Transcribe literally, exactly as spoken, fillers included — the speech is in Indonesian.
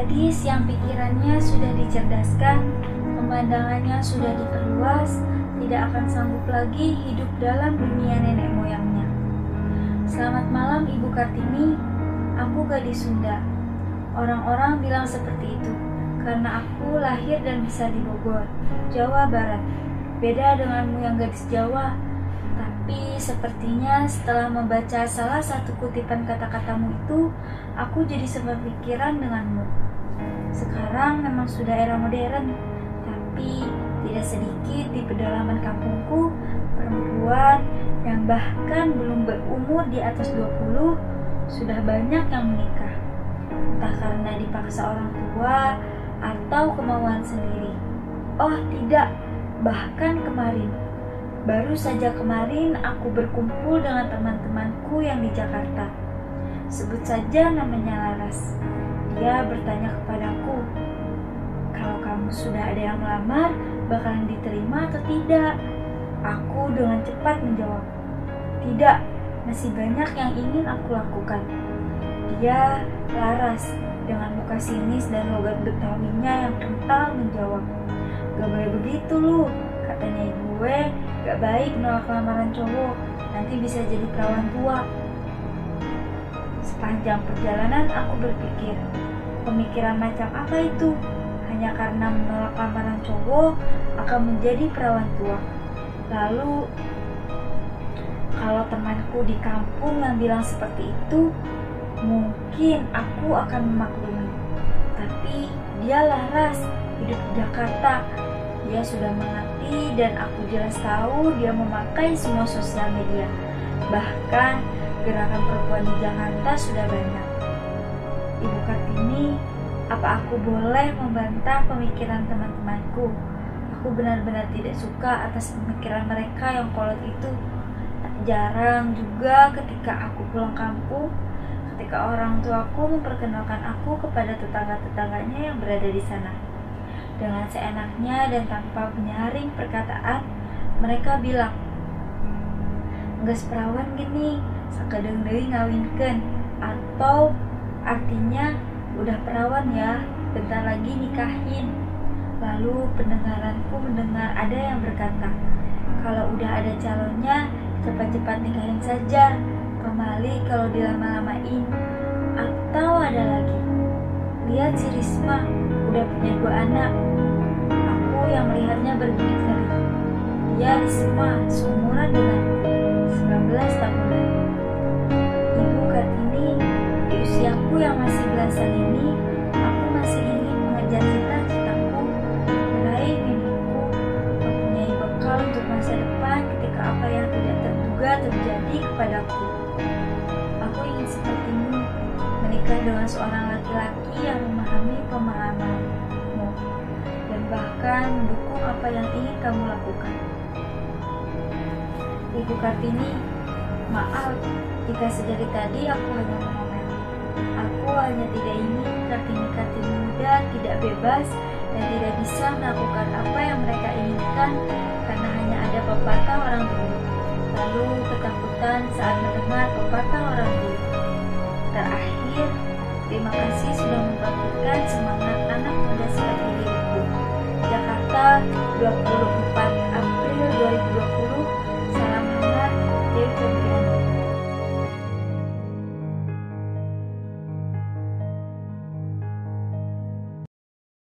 Gadis yang pikirannya sudah dicerdaskan, pemandangannya sudah diperluas, tidak akan sanggup lagi hidup dalam dunia nenek moyangnya. Selamat malam Ibu Kartini, aku gadis Sunda. Orang-orang bilang seperti itu karena aku lahir dan besar di Bogor, Jawa Barat. Beda denganmu yang gadis Jawa. Tapi sepertinya setelah membaca salah satu kutipan kata-katamu itu, aku jadi sepikiran denganmu. Sekarang memang sudah era modern, tapi tidak sedikit di pedalaman kampungku perempuan yang bahkan belum berumur di atas dua puluh sudah banyak yang menikah. Entah karena dipaksa orang tua atau kemauan sendiri. Oh tidak, bahkan kemarin Baru saja kemarin aku berkumpul dengan teman-temanku yang di Jakarta. Sebut saja namanya Laras. Dia bertanya kepadaku, kalau kamu sudah ada yang melamar, bakalan diterima atau tidak? Aku dengan cepat menjawab, tidak, masih banyak yang ingin aku lakukan. Dia, Laras, dengan muka sinis dan logat Betawinya yang kental menjawab, gak boleh begitu lu, katanya gue, gak baik nolak lamaran cowok, nanti bisa jadi perawan tua. Sepanjang perjalanan aku berpikir, pemikiran macam apa itu? Hanya karena menolak lamaran cowok akan menjadi perawan tua. Lalu, kalau temanku di kampung yang bilang seperti itu, mungkin aku akan memaklumi. Tapi dia Laras, hidup di Jakarta. Dia sudah mengerti dan aku jelas tahu dia memakai semua sosial media. Bahkan gerakan perempuan di Jakarta sudah banyak. Ibu Kartini, apa aku boleh membantah pemikiran teman-temanku? Aku benar-benar tidak suka atas pemikiran mereka yang kolot itu. Tak jarang juga ketika aku pulang kampung, ketika orang tuaku memperkenalkan aku kepada tetangga-tetangganya yang berada di sana. Dengan seenaknya dan tanpa menyaring perkataan, mereka bilang, "Geus perawan gini, sakadeng deui ngawinkeun," atau artinya udah perawan ya, bentar lagi nikahin. Lalu pendengaranku mendengar ada yang berkata, kalau udah ada calonnya, cepat-cepat nikahin saja, pemali kalau dilama-lamain. Atau ada lagi, lihat si Risma, udah punya dua anak. Aku yang melihatnya bergidik-gidik. Dia Risma, seumuran denganku, sembilan belas tahunan. Ibu Kartini, di usiaku yang masih belasan ini, aku masih ingin mengejar cita-citaku, meraih mimpiku, mempunyai bekal untuk masa depan ketika apa yang tidak terduga terjadi kepadaku. Aku ingin sepertimu, menikah dengan seorang laki-laki yang memahami pemahamanmu dan bahkan mendukung apa yang ingin kamu lakukan. Ibu Kartini, maaf jika sedari tadi aku hanya mengomel. Aku hanya tidak ingin Kartini-Kartini muda tidak bebas dan tidak bisa melakukan apa yang mereka inginkan karena hanya ada pepatah orang dulu, lalu ketakutan saat mendengar pepatah orang dulu. Terakhir, terima kasih sudah membangkitkan semangat anak muda seperti diriku. Jakarta, dua puluh empat